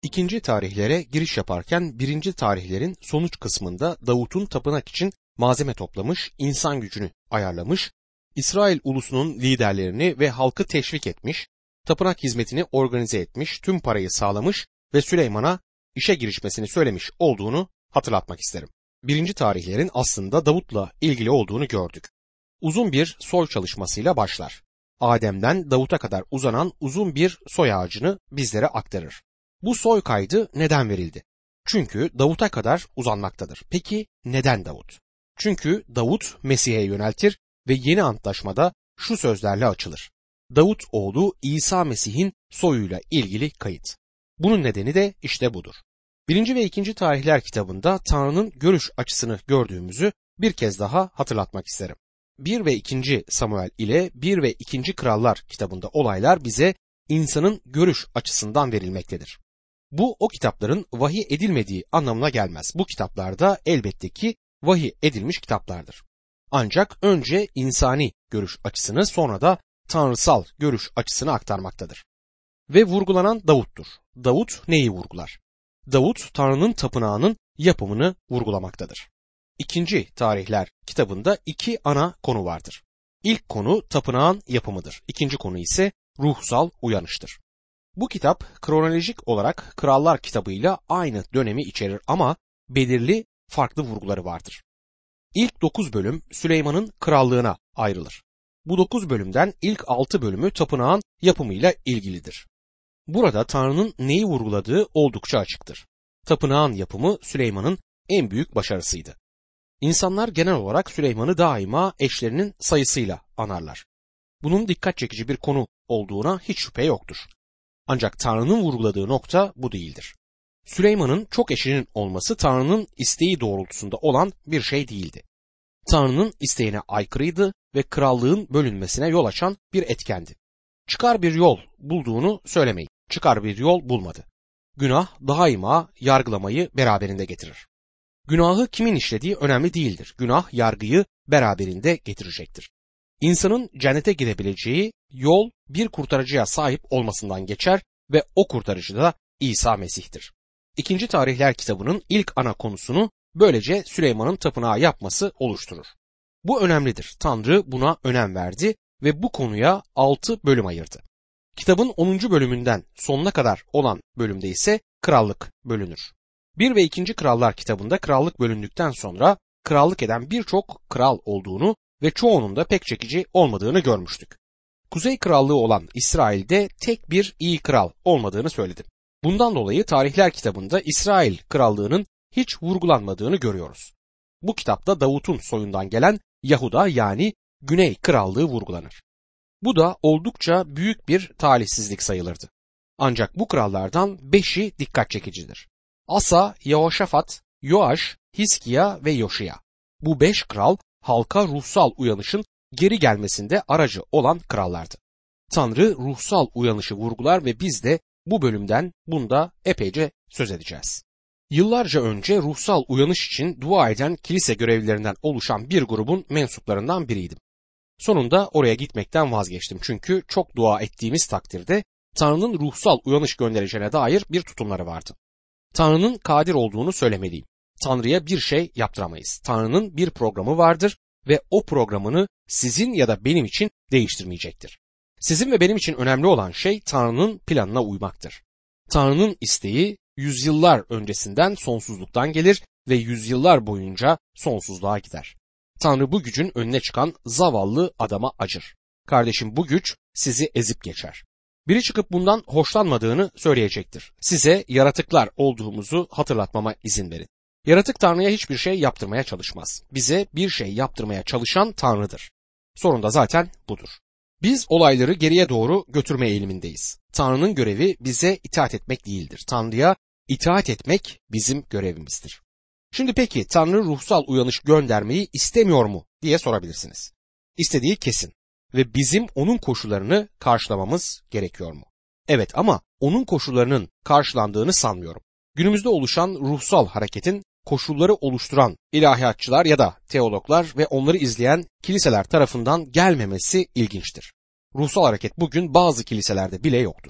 İkinci tarihlere giriş yaparken birinci tarihlerin sonuç kısmında Davut'un tapınak için malzeme toplamış, insan gücünü ayarlamış, İsrail ulusunun liderlerini ve halkı teşvik etmiş, tapınak hizmetini organize etmiş, tüm parayı sağlamış ve Süleyman'a işe girişmesini söylemiş olduğunu hatırlatmak isterim. Birinci tarihlerin aslında Davut'la ilgili olduğunu gördük. Uzun bir soy çalışmasıyla başlar. Adem'den Davut'a kadar uzanan uzun bir soy ağacını bizlere aktarır. Bu soy kaydı neden verildi? Çünkü Davut'a kadar uzanmaktadır. Peki neden Davut? Çünkü Davut Mesih'e yöneltir ve yeni antlaşmada şu sözlerle açılır. Davut oğlu İsa Mesih'in soyuyla ilgili kayıt. Bunun nedeni de işte budur. 1. ve 2. Tarihler kitabında Tanrı'nın görüş açısını gördüğümüzü bir kez daha hatırlatmak isterim. 1 ve 2. Samuel ile 1 ve 2. Krallar kitabında olaylar bize insanın görüş açısından verilmektedir. Bu o kitapların vahiy edilmediği anlamına gelmez. Bu kitaplarda elbette ki vahiy edilmiş kitaplardır. Ancak önce insani görüş açısını sonra da tanrısal görüş açısını aktarmaktadır. Ve vurgulanan Davut'tur. Davut neyi vurgular? Davut Tanrı'nın tapınağının yapımını vurgulamaktadır. 2. Tarihler kitabında iki ana konu vardır. İlk konu tapınağın yapımıdır. İkinci konu ise ruhsal uyanıştır. Bu kitap kronolojik olarak Krallar kitabıyla aynı dönemi içerir ama belirli farklı vurguları vardır. İlk 9 bölüm Süleyman'ın krallığına ayrılır. Bu 9 bölümden ilk 6 bölümü tapınağın yapımıyla ilgilidir. Burada Tanrı'nın neyi vurguladığı oldukça açıktır. Tapınağın yapımı Süleyman'ın en büyük başarısıydı. İnsanlar genel olarak Süleyman'ı daima eşlerinin sayısıyla anarlar. Bunun dikkat çekici bir konu olduğuna hiç şüphe yoktur. Ancak Tanrı'nın vurguladığı nokta bu değildir. Süleyman'ın çok eşinin olması Tanrı'nın isteği doğrultusunda olan bir şey değildi. Tanrı'nın isteğine aykırıydı ve krallığın bölünmesine yol açan bir etkendi. Çıkar bir yol bulduğunu söylemeyin. Çıkar bir yol bulmadı. Günah daima yargılamayı beraberinde getirir. Günahı kimin işlediği önemli değildir. Günah yargıyı beraberinde getirecektir. İnsanın cennete gidebileceği yol bir kurtarıcıya sahip olmasından geçer ve o kurtarıcı da İsa Mesih'tir. 2. Tarihler kitabının ilk ana konusunu böylece Süleyman'ın tapınağı yapması oluşturur. Bu önemlidir. Tanrı buna önem verdi ve bu konuya 6 bölüm ayırdı. Kitabın 10. bölümünden sonuna kadar olan bölümde ise krallık bölünür. 1 ve 2. Krallar kitabında krallık bölündükten sonra krallık eden birçok kral olduğunu ve çoğunun da pek çekici olmadığını görmüştük. Kuzey krallığı olan İsrail'de tek bir iyi kral olmadığını söyledim. Bundan dolayı Tarihler kitabında İsrail krallığının hiç vurgulanmadığını görüyoruz. Bu kitapta Davut'un soyundan gelen Yahuda yani Güney krallığı vurgulanır. Bu da oldukça büyük bir talihsizlik sayılırdı. Ancak bu krallardan 5'i dikkat çekicidir. Asa, Yehoşafat, Yoaş, Hiskiya ve Yoşiya. Bu 5 kral halka ruhsal uyanışın geri gelmesinde aracı olan krallardı. Tanrı ruhsal uyanışı vurgular ve biz de bu bölümden bunda epeyce söz edeceğiz. Yıllarca önce ruhsal uyanış için dua eden kilise görevlilerinden oluşan bir grubun mensuplarından biriydim. Sonunda oraya gitmekten vazgeçtim çünkü çok dua ettiğimiz takdirde Tanrı'nın ruhsal uyanış göndereceğine dair bir tutumları vardı. Tanrı'nın kadir olduğunu söylemeliyim. Tanrı'ya bir şey yaptıramayız. Tanrı'nın bir programı vardır ve o programını sizin ya da benim için değiştirmeyecektir. Sizin ve benim için önemli olan şey Tanrı'nın planına uymaktır. Tanrı'nın isteği yüzyıllar öncesinden sonsuzluktan gelir ve yüzyıllar boyunca sonsuzluğa gider. Tanrı bu gücün önüne çıkan zavallı adama acır. Kardeşim bu güç sizi ezip geçer. Biri çıkıp bundan hoşlanmadığını söyleyecektir. Size yaratıklar olduğumuzu hatırlatmama izin verin. Yaratık Tanrı'ya hiçbir şey yaptırmaya çalışmaz. Bize bir şey yaptırmaya çalışan Tanrı'dır. Sorun da zaten budur. Biz olayları geriye doğru götürme eğilimindeyiz. Tanrı'nın görevi bize itaat etmek değildir. Tanrı'ya itaat etmek bizim görevimizdir. Şimdi peki Tanrı ruhsal uyanış göndermeyi istemiyor mu diye sorabilirsiniz. İstediği kesin ve bizim onun koşullarını karşılamamız gerekiyor mu? Evet ama onun koşullarının karşılandığını sanmıyorum. Günümüzde oluşan ruhsal hareketin koşulları oluşturan ilahiyatçılar ya da teologlar ve onları izleyen kiliseler tarafından gelmemesi ilginçtir. Ruhsal hareket bugün bazı kiliselerde bile yoktur.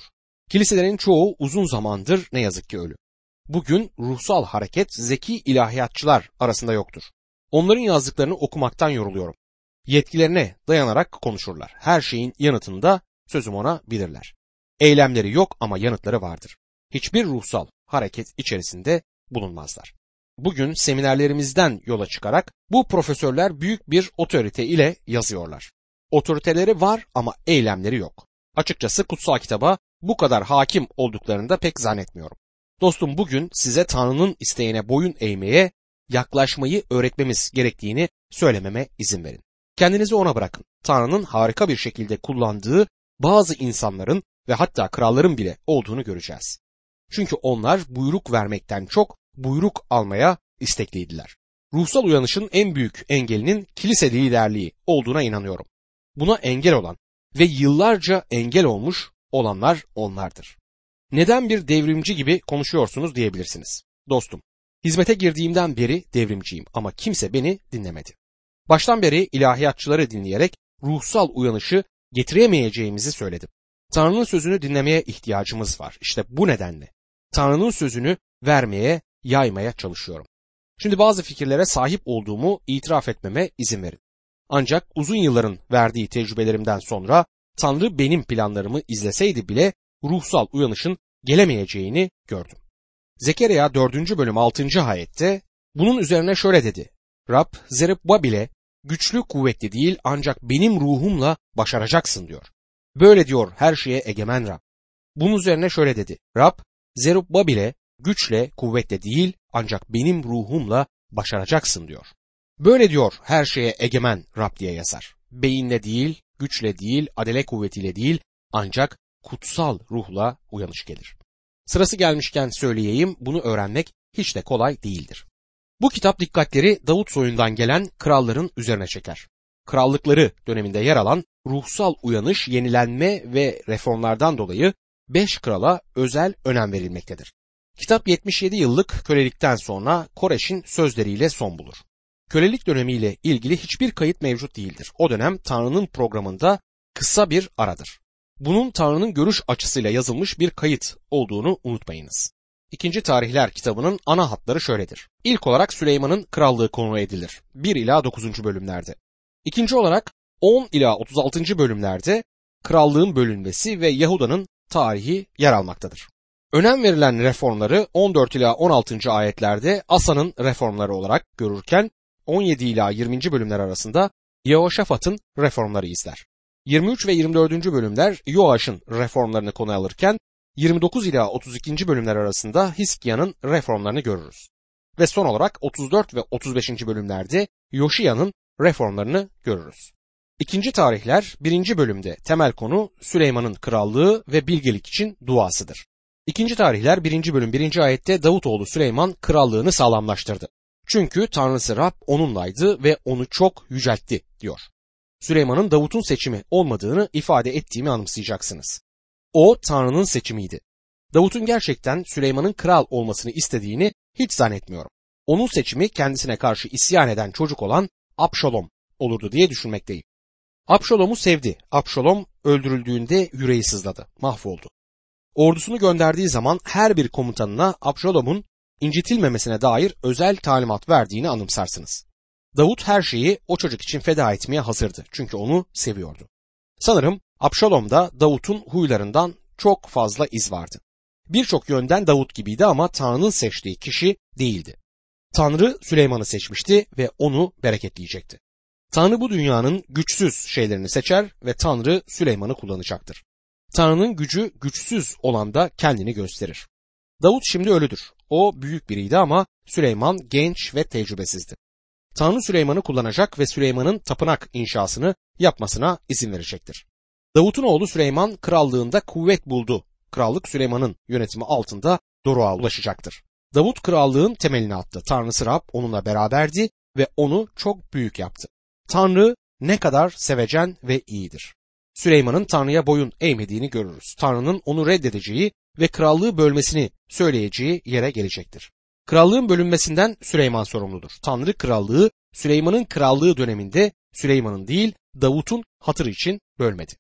Kiliselerin çoğu uzun zamandır ne yazık ki ölü. Bugün ruhsal hareket zeki ilahiyatçılar arasında yoktur. Onların yazdıklarını okumaktan yoruluyorum. Yetkilerine dayanarak konuşurlar. Her şeyin yanıtını da sözüm ona bilirler. Eylemleri yok ama yanıtları vardır. Hiçbir ruhsal hareket içerisinde bulunmazlar. Bugün seminerlerimizden yola çıkarak bu profesörler büyük bir otorite ile yazıyorlar. Otoriteleri var ama eylemleri yok. Açıkçası kutsal kitaba bu kadar hakim olduklarını da pek zannetmiyorum. Dostum, bugün size Tanrı'nın isteğine boyun eğmeye, yaklaşmayı öğretmemiz gerektiğini söylememe izin verin. Kendinizi ona bırakın. Tanrı'nın harika bir şekilde kullandığı bazı insanların ve hatta kralların bile olduğunu göreceğiz. Çünkü onlar buyruk vermekten çok buyruk almaya istekliydiler. Ruhsal uyanışın en büyük engelinin kilise liderliği olduğuna inanıyorum. Buna engel olan ve yıllarca engel olmuş olanlar onlardır. Neden bir devrimci gibi konuşuyorsunuz diyebilirsiniz. Dostum, hizmete girdiğimden beri devrimciyim ama kimse beni dinlemedi. Baştan beri ilahiyatçıları dinleyerek ruhsal uyanışı getiremeyeceğimizi söyledim. Tanrı'nın sözünü dinlemeye ihtiyacımız var. İşte bu nedenle Tanrı'nın sözünü vermeye, yaymaya çalışıyorum. Şimdi bazı fikirlere sahip olduğumu itiraf etmeme izin verin. Ancak uzun yılların verdiği tecrübelerimden sonra Tanrı benim planlarımı izleseydi bile ruhsal uyanışın gelemeyeceğini gördüm. Zekeriya 4. bölüm 6. ayette bunun üzerine şöyle dedi. Rab Zerubbabil'e güçlü kuvvetli değil ancak benim ruhumla başaracaksın diyor. Böyle diyor her şeye egemen Rab. Bunun üzerine şöyle dedi. Rab Zerubbabil'e güçle kuvvetle değil ancak benim ruhumla başaracaksın diyor. Böyle diyor her şeye egemen Rab diye yazar. Beyinle değil, güçle değil, adele kuvvetiyle değil ancak kutsal ruhla uyanış gelir. Sırası gelmişken söyleyeyim, bunu öğrenmek hiç de kolay değildir. Bu kitap dikkatleri Davut soyundan gelen kralların üzerine çeker. Krallıkları döneminde yer alan ruhsal uyanış, yenilenme ve reformlardan dolayı 5 krala özel önem verilmektedir. Kitap 77 yıllık kölelikten sonra Koreş'in sözleriyle son bulur. Kölelik dönemiyle ilgili hiçbir kayıt mevcut değildir. O dönem Tanrı'nın programında kısa bir aradır. Bunun Tanrı'nın görüş açısıyla yazılmış bir kayıt olduğunu unutmayınız. 2. Tarihler kitabının ana hatları şöyledir. İlk olarak Süleyman'ın krallığı konu edilir. 1 ila 9. bölümlerde. İkinci olarak 10 ila 36. bölümlerde krallığın bölünmesi ve Yahuda'nın tarihi yer almaktadır. Önem verilen reformları 14 ila 16. ayetlerde Asa'nın reformları olarak görürken 17 ila 20. bölümler arasında Yehoşafat'ın reformları izler. 23 ve 24. bölümler Yoaş'ın reformlarını konu alırken 29 ila 32. bölümler arasında Hiskia'nın reformlarını görürüz. Ve son olarak 34 ve 35. bölümlerde Yoşiya'nın reformlarını görürüz. 2. Tarihler 1. bölümde temel konu Süleyman'ın krallığı ve bilgelik için duasıdır. 2. Tarihler 1. bölüm 1. ayette Davutoğlu Süleyman krallığını sağlamlaştırdı. Çünkü Tanrısı Rab onunlaydı ve onu çok yüceltti diyor. Süleyman'ın Davut'un seçimi olmadığını ifade ettiğimi anımsayacaksınız. O Tanrı'nın seçimiydi. Davut'un gerçekten Süleyman'ın kral olmasını istediğini hiç zannetmiyorum. Onun seçimi kendisine karşı isyan eden çocuk olan Abşalom olurdu diye düşünmekteyim. Abşalom'u sevdi. Abşalom öldürüldüğünde yüreği sızladı, mahvoldu. Ordusunu gönderdiği zaman her bir komutanına Abşalom'un incitilmemesine dair özel talimat verdiğini anımsarsınız. Davut her şeyi o çocuk için feda etmeye hazırdı çünkü onu seviyordu. Sanırım Abşalom'da Davut'un huylarından çok fazla iz vardı. Birçok yönden Davut gibiydi ama Tanrı'nın seçtiği kişi değildi. Tanrı Süleyman'ı seçmişti ve onu bereketleyecekti. Tanrı bu dünyanın güçsüz şeylerini seçer ve Tanrı Süleyman'ı kullanacaktır. Tanrı'nın gücü güçsüz olanda kendini gösterir. Davut şimdi ölüdür. O büyük biriydi ama Süleyman genç ve tecrübesizdi. Tanrı Süleyman'ı kullanacak ve Süleyman'ın tapınak inşasını yapmasına izin verecektir. Davut'un oğlu Süleyman krallığında kuvvet buldu. Krallık Süleyman'ın yönetimi altında doruğa ulaşacaktır. Davut krallığın temelini attı. Tanrısı Rab onunla beraberdi ve onu çok büyük yaptı. Tanrı ne kadar sevecen ve iyidir. Süleyman'ın Tanrı'ya boyun eğmediğini görürüz. Tanrı'nın onu reddedeceği ve krallığı bölmesini söyleyeceği yere gelecektir. Krallığın bölünmesinden Süleyman sorumludur. Tanrı krallığı Süleyman'ın krallığı döneminde Süleyman'ın değil Davut'un hatırı için bölmedi.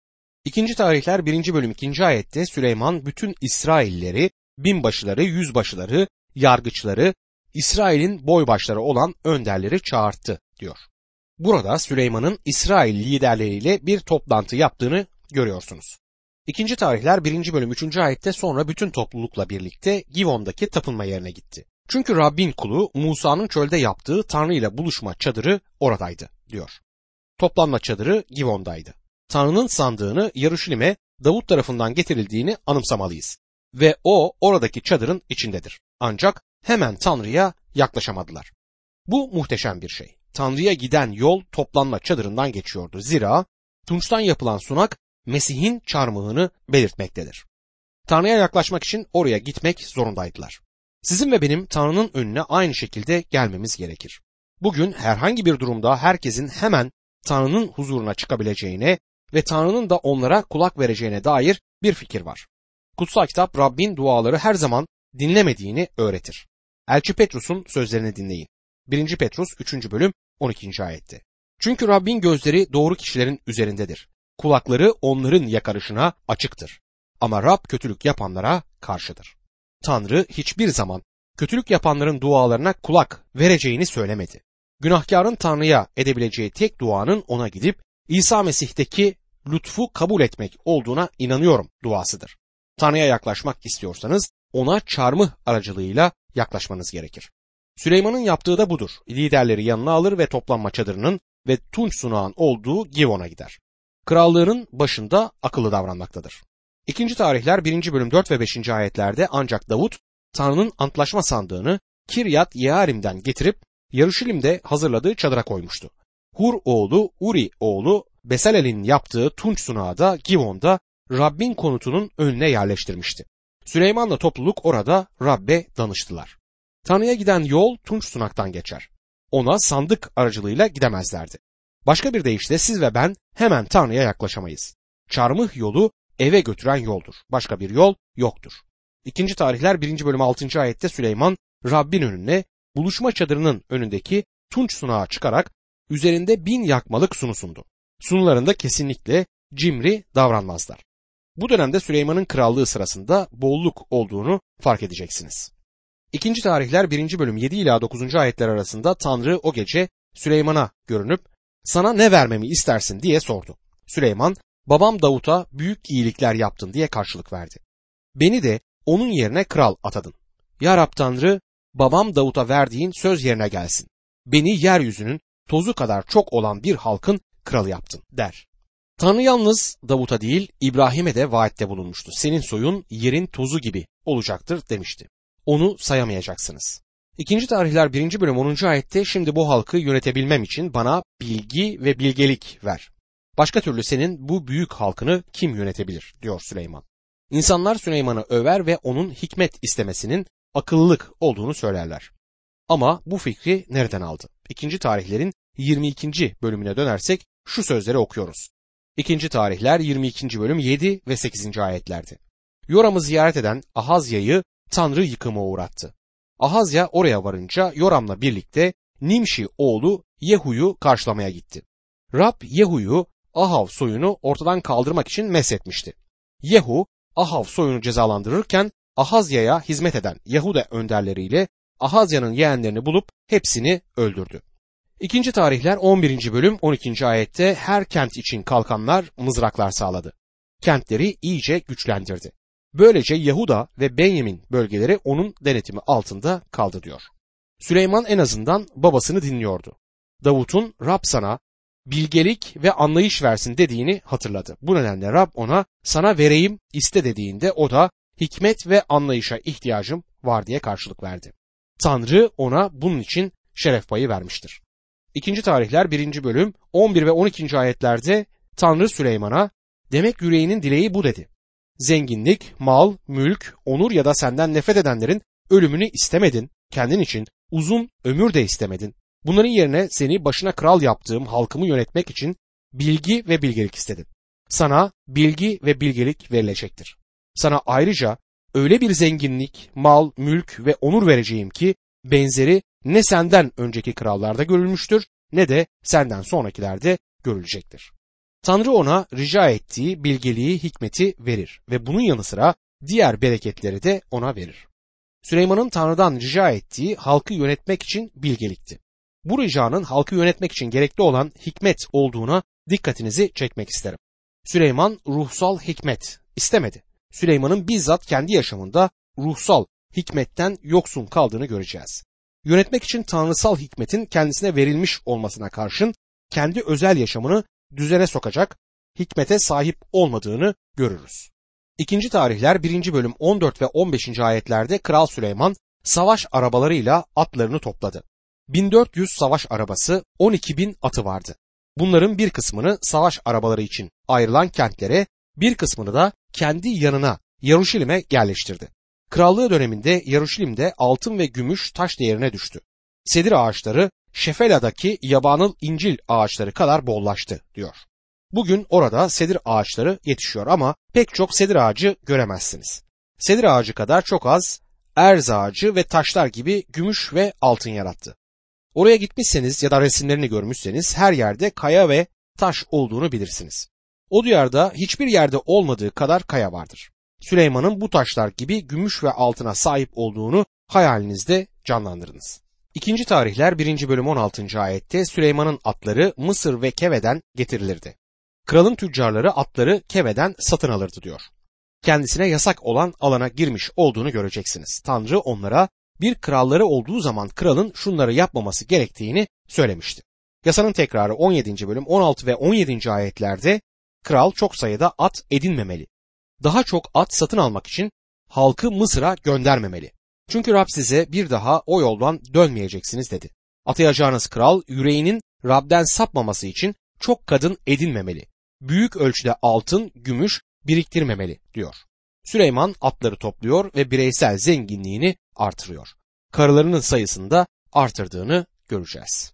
2. Tarihler 1. bölüm 2. ayette Süleyman bütün İsrailleri, binbaşıları, yüzbaşıları, yargıçları, İsrail'in boybaşları olan önderleri çağırttı diyor. Burada Süleyman'ın İsrail liderleriyle bir toplantı yaptığını görüyorsunuz. 2. Tarihler 1. bölüm 3. ayette sonra bütün toplulukla birlikte Givon'daki tapınma yerine gitti. Çünkü Rabbin kulu Musa'nın çölde yaptığı Tanrı ile buluşma çadırı oradaydı diyor. Toplanma çadırı Givon'daydı. Tanrı'nın sandığını Yaruşilim'e Davut tarafından getirildiğini anımsamalıyız. Ve o oradaki çadırın içindedir. Ancak hemen Tanrı'ya yaklaşamadılar. Bu muhteşem bir şey. Tanrı'ya giden yol toplanma çadırından geçiyordu. Zira tunçtan yapılan sunak Mesih'in çarmıhını belirtmektedir. Tanrı'ya yaklaşmak için oraya gitmek zorundaydılar. Sizin ve benim Tanrı'nın önüne aynı şekilde gelmemiz gerekir. Bugün herhangi bir durumda herkesin hemen Tanrı'nın huzuruna çıkabileceğine ve Tanrı'nın da onlara kulak vereceğine dair bir fikir var. Kutsal kitap Rabbin duaları her zaman dinlemediğini öğretir. Elçi Petrus'un sözlerini dinleyin. 1. Petrus 3. bölüm 12. ayette. Çünkü Rabbin gözleri doğru kişilerin üzerindedir. Kulakları onların yakarışına açıktır. Ama Rab kötülük yapanlara karşıdır. Tanrı hiçbir zaman kötülük yapanların dualarına kulak vereceğini söylemedi. Günahkarın Tanrı'ya edebileceği tek duanın ona gidip İsa Mesih'teki lütfu kabul etmek olduğuna inanıyorum duasıdır. Tanrı'ya yaklaşmak istiyorsanız ona çarmıh aracılığıyla yaklaşmanız gerekir. Süleyman'ın yaptığı da budur. Liderleri yanına alır ve toplanma çadırının ve tunç sunağın olduğu Givon'a gider. Krallığının başında akıllı davranmaktadır. 2. Tarihler 1. bölüm 4 ve 5. ayetlerde ancak Davut Tanrı'nın antlaşma sandığını Kiryat Yearim'den getirip Yaruşilim'de hazırladığı çadıra koymuştu. Hur oğlu Uri oğlu Besalel'in yaptığı tunç sunağı da Givon'da Rabbin konutunun önüne yerleştirmişti. Süleyman'la topluluk orada Rabbe danıştılar. Tanrı'ya giden yol tunç sunaktan geçer. Ona sandık aracılığıyla gidemezlerdi. Başka bir deyişle siz ve ben hemen Tanrı'ya yaklaşamayız. Çarmıh yolu eve götüren yoldur. Başka bir yol yoktur. 2. Tarihler 1. bölüm 6. ayette Süleyman Rabbin önüne buluşma çadırının önündeki tunç sunağı çıkarak üzerinde 1000 yakmalık sunu sundu. Sunularında kesinlikle cimri davranmazlar. Bu dönemde Süleyman'ın krallığı sırasında bolluk olduğunu fark edeceksiniz. 2. Tarihler 1. bölüm 7 ila 9. ayetler arasında Tanrı o gece Süleyman'a görünüp sana ne vermemi istersin diye sordu. Süleyman babam Davut'a büyük iyilikler yaptın diye karşılık verdi. Beni de onun yerine kral atadın. Ya Rab Tanrı babam Davut'a verdiğin söz yerine gelsin. Beni yeryüzünün tozu kadar çok olan bir halkın kralı yaptın der. Tanrı yalnız Davut'a değil İbrahim'e de vaatte bulunmuştu. Senin soyun yerin tozu gibi olacaktır demişti. Onu sayamayacaksınız. 2. Tarihler 1. bölüm 10. ayette şimdi bu halkı yönetebilmem için bana bilgi ve bilgelik ver. Başka türlü senin bu büyük halkını kim yönetebilir diyor Süleyman. İnsanlar Süleyman'ı över ve onun hikmet istemesinin akıllılık olduğunu söylerler. Ama bu fikri nereden aldı? 2. Tarihlerin 22. bölümüne dönersek şu sözleri okuyoruz. 2. Tarihler 22. bölüm 7 ve 8. ayetlerdi. Yoram'ı ziyaret eden Ahazya'yı Tanrı yıkıma uğrattı. Ahazya oraya varınca Yoram'la birlikte Nimşi oğlu Yehu'yu karşılamaya gitti. Rab Yehu'yu Ahav soyunu ortadan kaldırmak için meshetmişti. Yehu Ahav soyunu cezalandırırken Ahazya'ya hizmet eden Yahuda önderleriyle Ahazya'nın yeğenlerini bulup hepsini öldürdü. 2. Tarihler 11. bölüm 12. ayette her kent için kalkanlar mızraklar sağladı. Kentleri iyice güçlendirdi. Böylece Yahuda ve Benyamin bölgeleri onun denetimi altında kaldı diyor. Süleyman en azından babasını dinliyordu. Davut'un Rab sana bilgelik ve anlayış versin dediğini hatırladı. Bu nedenle Rab ona sana vereyim iste dediğinde o da hikmet ve anlayışa ihtiyacım var diye karşılık verdi. Tanrı ona bunun için şeref payı vermiştir. 2. Tarihler 1. bölüm 11 ve 12. ayetlerde Tanrı Süleyman'a demek yüreğinin dileği bu dedi. Zenginlik, mal, mülk, onur ya da senden nefret edenlerin ölümünü istemedin, kendin için uzun ömür de istemedin. Bunların yerine seni başına kral yaptığım halkımı yönetmek için bilgi ve bilgelik istedin. Sana bilgi ve bilgelik verilecektir. Sana ayrıca öyle bir zenginlik, mal, mülk ve onur vereceğim ki benzeri ne senden önceki krallarda görülmüştür ne de senden sonrakilerde görülecektir. Tanrı ona rica ettiği bilgeliği, hikmeti verir ve bunun yanı sıra diğer bereketleri de ona verir. Süleyman'ın Tanrı'dan rica ettiği halkı yönetmek için bilgelikti. Bu ricanın halkı yönetmek için gerekli olan hikmet olduğuna dikkatinizi çekmek isterim. Süleyman ruhsal hikmet istemedi. Süleyman'ın bizzat kendi yaşamında ruhsal hikmetten yoksun kaldığını göreceğiz. Yönetmek için tanrısal hikmetin kendisine verilmiş olmasına karşın kendi özel yaşamını düzene sokacak hikmete sahip olmadığını görürüz. 2. Tarihler 1. bölüm 14 ve 15. ayetlerde Kral Süleyman savaş arabalarıyla atlarını topladı. 1400 savaş arabası, 12.000 atı vardı. Bunların bir kısmını savaş arabaları için ayrılan kentlere, bir kısmını da kendi yanına Yaruşilim'e yerleştirdi. Krallığı döneminde Yaruşilim'de altın ve gümüş taş değerine düştü. Sedir ağaçları Şefela'daki yabanıl incil ağaçları kadar bollaştı diyor. Bugün orada sedir ağaçları yetişiyor ama pek çok sedir ağacı göremezsiniz. Sedir ağacı kadar çok az erz ağacı ve taşlar gibi gümüş ve altın yarattı. Oraya gitmişseniz ya da resimlerini görmüşseniz her yerde kaya ve taş olduğunu bilirsiniz. O diyarda hiçbir yerde olmadığı kadar kaya vardır. Süleyman'ın bu taşlar gibi gümüş ve altına sahip olduğunu hayalinizde canlandırınız. 2. Tarihler 1. bölüm 16. ayette Süleyman'ın atları Mısır ve Keve'den getirilirdi. Kralın tüccarları atları Keve'den satın alırdı diyor. Kendisine yasak olan alana girmiş olduğunu göreceksiniz. Tanrı onlara bir kralları olduğu zaman kralın şunları yapmaması gerektiğini söylemişti. Yasanın tekrarı 17. bölüm 16 ve 17. ayetlerde kral çok sayıda at edinmemeli. Daha çok at satın almak için halkı Mısır'a göndermemeli. Çünkü Rab size bir daha o yoldan dönmeyeceksiniz dedi. Atayacağınız kral yüreğinin Rab'den sapmaması için çok kadın edinmemeli. Büyük ölçüde altın, gümüş biriktirmemeli diyor. Süleyman atları topluyor ve bireysel zenginliğini artırıyor. Karılarının sayısını da artırdığını göreceğiz.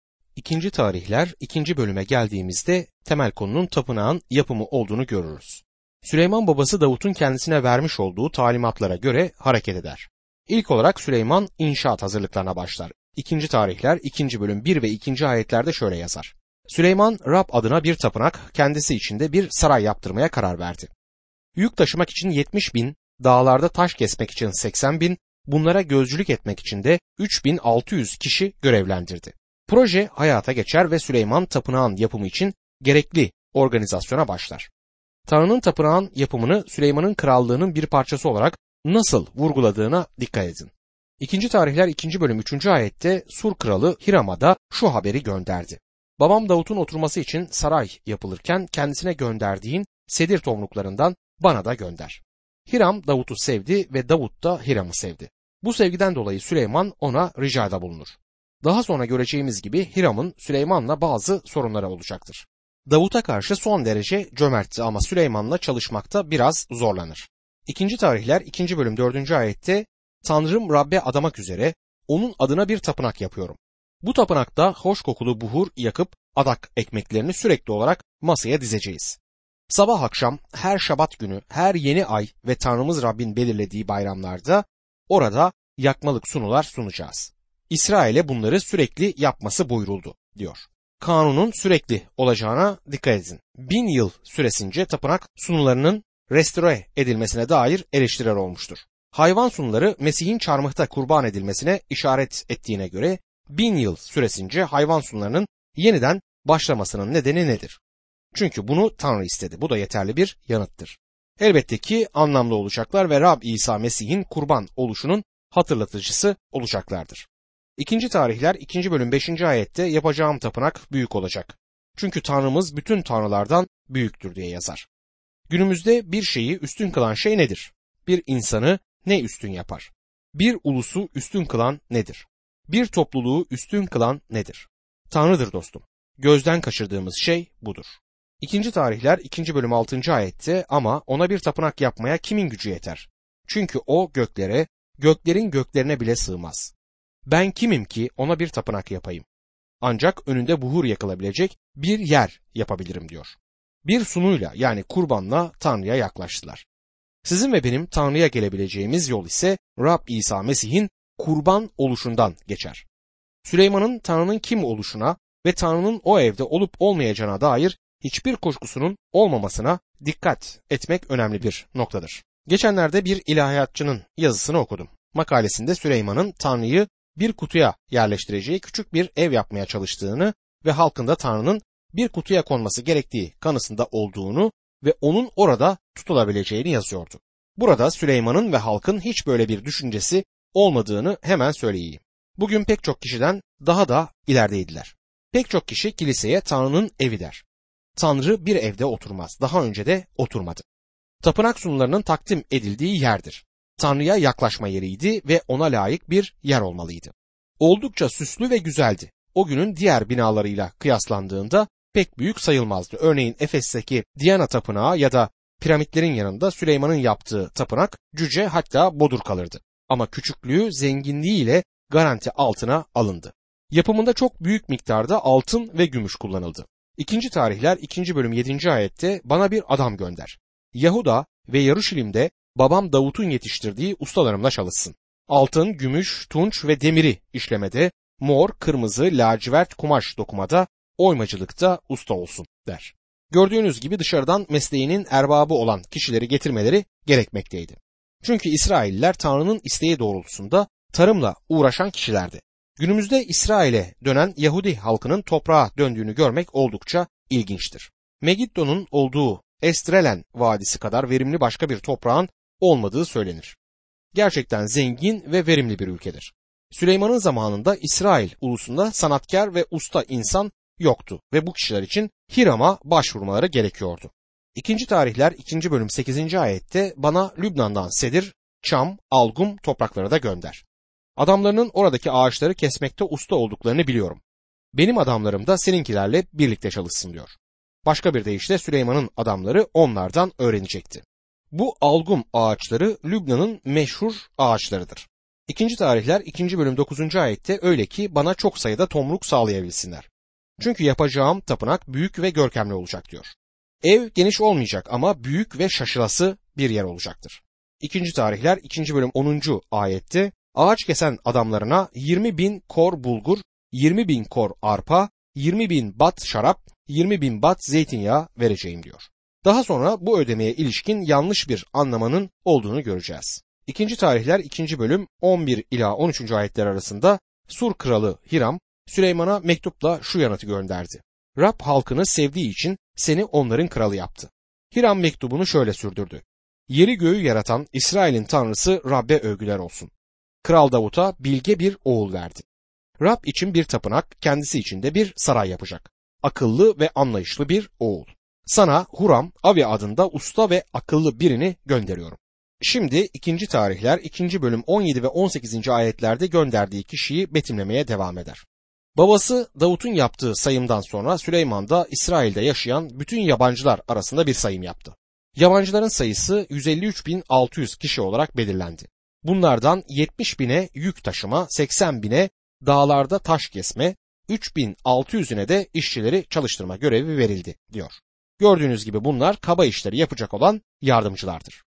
2. Tarihler 2. bölüme geldiğimizde temel konunun tapınağın yapımı olduğunu görürüz. Süleyman babası Davut'un kendisine vermiş olduğu talimatlara göre hareket eder. İlk olarak Süleyman inşaat hazırlıklarına başlar. 2. Tarihler 2. bölüm 1 ve 2. ayetlerde şöyle yazar. Süleyman Rab adına bir tapınak, kendisi için de bir saray yaptırmaya karar verdi. Yük taşımak için 70.000, dağlarda taş kesmek için 80.000, bunlara gözcülük etmek için de 3.600 kişi görevlendirdi. Proje hayata geçer ve Süleyman tapınağın yapımı için gerekli organizasyona başlar. Tanrı'nın tapınağın yapımını Süleyman'ın krallığının bir parçası olarak nasıl vurguladığına dikkat edin. 2. Tarihler 2. bölüm 3. ayette Sur kralı Hiram'a da şu haberi gönderdi. Babam Davut'un oturması için saray yapılırken kendisine gönderdiğin sedir tomruklarından bana da gönder. Hiram Davut'u sevdi ve Davut da Hiram'ı sevdi. Bu sevgiden dolayı Süleyman ona ricada bulunur. Daha sonra göreceğimiz gibi Hiram'ın Süleyman'la bazı sorunları olacaktır. Davut'a karşı son derece cömertti ama Süleyman'la çalışmakta biraz zorlanır. 2. Tarihler 2. bölüm 4. ayette Tanrım Rab'be adamak üzere onun adına bir tapınak yapıyorum. Bu tapınakta hoş kokulu buhur yakıp adak ekmeklerini sürekli olarak masaya dizeceğiz. Sabah akşam her şabat günü, her yeni ay ve Tanrımız Rabbin belirlediği bayramlarda orada yakmalık sunular sunacağız. İsrail'e bunları sürekli yapması buyuruldu diyor. Kanunun sürekli olacağına dikkat edin. 1000 yıl süresince tapınak sunularının restore edilmesine dair eleştiriler olmuştur. Hayvan sunuları Mesih'in çarmıhta kurban edilmesine işaret ettiğine göre 1000 yıl süresince hayvan sunularının yeniden başlamasının nedeni nedir? Çünkü bunu Tanrı istedi. Bu da yeterli bir yanıttır. Elbette ki anlamlı olacaklar ve Rab İsa Mesih'in kurban oluşunun hatırlatıcısı olacaklardır. 2. Tarihler 2. bölüm 5. ayette yapacağım tapınak büyük olacak. Çünkü Tanrımız bütün tanrılardan büyüktür diye yazar. Günümüzde bir şeyi üstün kılan şey nedir? Bir insanı ne üstün yapar? Bir ulusu üstün kılan nedir? Bir topluluğu üstün kılan nedir? Tanrı'dır dostum. Gözden kaçırdığımız şey budur. 2. Tarihler 2. bölüm 6. ayette ama ona bir tapınak yapmaya kimin gücü yeter? Çünkü o göklere, göklerin göklerine bile sığmaz. Ben kimim ki ona bir tapınak yapayım? Ancak önünde buhur yakılabilecek bir yer yapabilirim diyor. Bir sunuyla yani kurbanla Tanrı'ya yaklaştılar. Sizin ve benim Tanrı'ya gelebileceğimiz yol ise Rab İsa Mesih'in kurban oluşundan geçer. Süleyman'ın Tanrı'nın kim oluşuna ve Tanrı'nın o evde olup olmayacağına dair hiçbir kuşkusunun olmamasına dikkat etmek önemli bir noktadır. Geçenlerde bir ilahiyatçının yazısını okudum. Makalesinde Süleyman'ın Tanrı'yı bir kutuya yerleştireceği küçük bir ev yapmaya çalıştığını ve halkında Tanrı'nın bir kutuya konması gerektiği kanısında olduğunu ve onun orada tutulabileceğini yazıyordu. Burada Süleyman'ın ve halkın hiç böyle bir düşüncesi olmadığını hemen söyleyeyim. Bugün pek çok kişiden daha da ilerideydiler. Pek çok kişi kiliseye Tanrı'nın evi der. Tanrı bir evde oturmaz. Daha önce de oturmadı. Tapınak sunularının takdim edildiği yerdir. Tanrı'ya yaklaşma yeriydi ve ona layık bir yer olmalıydı. Oldukça süslü ve güzeldi. O günün diğer binalarıyla kıyaslandığında pek büyük sayılmazdı. Örneğin Efes'teki Diana tapınağı ya da piramitlerin yanında Süleyman'ın yaptığı tapınak cüce hatta bodur kalırdı. Ama küçüklüğü zenginliğiyle garanti altına alındı. Yapımında çok büyük miktarda altın ve gümüş kullanıldı. 2. Tarihler 2. bölüm 7. ayette bana bir adam gönder. Yahuda ve Yaruşilim'de babam Davut'un yetiştirdiği ustalarımla çalışsın. Altın, gümüş, tunç ve demiri işlemede, mor, kırmızı, lacivert kumaş dokumada, oymacılıkta usta olsun der. Gördüğünüz gibi dışarıdan mesleğinin erbabı olan kişileri getirmeleri gerekmekteydi. Çünkü İsrailliler Tanrı'nın isteği doğrultusunda tarımla uğraşan kişilerdi. Günümüzde İsrail'e dönen Yahudi halkının toprağa döndüğünü görmek oldukça ilginçtir. Megiddon'un olduğu Estrelen Vadisi kadar verimli başka bir toprağın olmadığı söylenir. Gerçekten zengin ve verimli bir ülkedir. Süleyman'ın zamanında İsrail ulusunda sanatkar ve usta insan yoktu ve bu kişiler için Hiram'a başvurmaları gerekiyordu. 2. Tarihler 2. bölüm 8. ayette bana Lübnan'dan sedir, çam, algum toprakları da gönder. Adamlarının oradaki ağaçları kesmekte usta olduklarını biliyorum. Benim adamlarım da seninkilerle birlikte çalışsın diyor. Başka bir deyişle Süleyman'ın adamları onlardan öğrenecekti. Bu algum ağaçları Lübnan'ın meşhur ağaçlarıdır. 2. Tarihler 2. bölüm 9. ayette öyle ki bana çok sayıda tomruk sağlayabilsinler. Çünkü yapacağım tapınak büyük ve görkemli olacak diyor. Ev geniş olmayacak ama büyük ve şaşılası bir yer olacaktır. 2. Tarihler 2. bölüm 10. ayette ağaç kesen adamlarına 20.000 kor bulgur, 20.000 kor arpa, 20.000 bat şarap, 20.000 bat zeytinyağı vereceğim diyor. Daha sonra bu ödemeye ilişkin yanlış bir anlamanın olduğunu göreceğiz. 2. Tarihler 2. bölüm 11 ila 13. ayetler arasında Sur kralı Hiram Süleyman'a mektupla şu yanıtı gönderdi. Rab halkını sevdiği için seni onların kralı yaptı. Hiram mektubunu şöyle sürdürdü. Yeri göğü yaratan İsrail'in tanrısı Rab'be övgüler olsun. Kral Davut'a bilge bir oğul verdi. Rab için bir tapınak, kendisi için de bir saray yapacak. Akıllı ve anlayışlı bir oğul. Sana Huram Abi adında usta ve akıllı birini gönderiyorum. Şimdi 2. Tarihler 2. bölüm 17 ve 18. ayetlerde gönderdiği kişiyi betimlemeye devam eder. Babası Davut'un yaptığı sayımdan sonra Süleyman da İsrail'de yaşayan bütün yabancılar arasında bir sayım yaptı. Yabancıların sayısı 153.600 kişi olarak belirlendi. Bunlardan 70.000'e yük taşıma, 80.000'e dağlarda taş kesme, 3.600'üne de işçileri çalıştırma görevi verildi diyor. Gördüğünüz gibi bunlar kaba işleri yapacak olan yardımcılardır.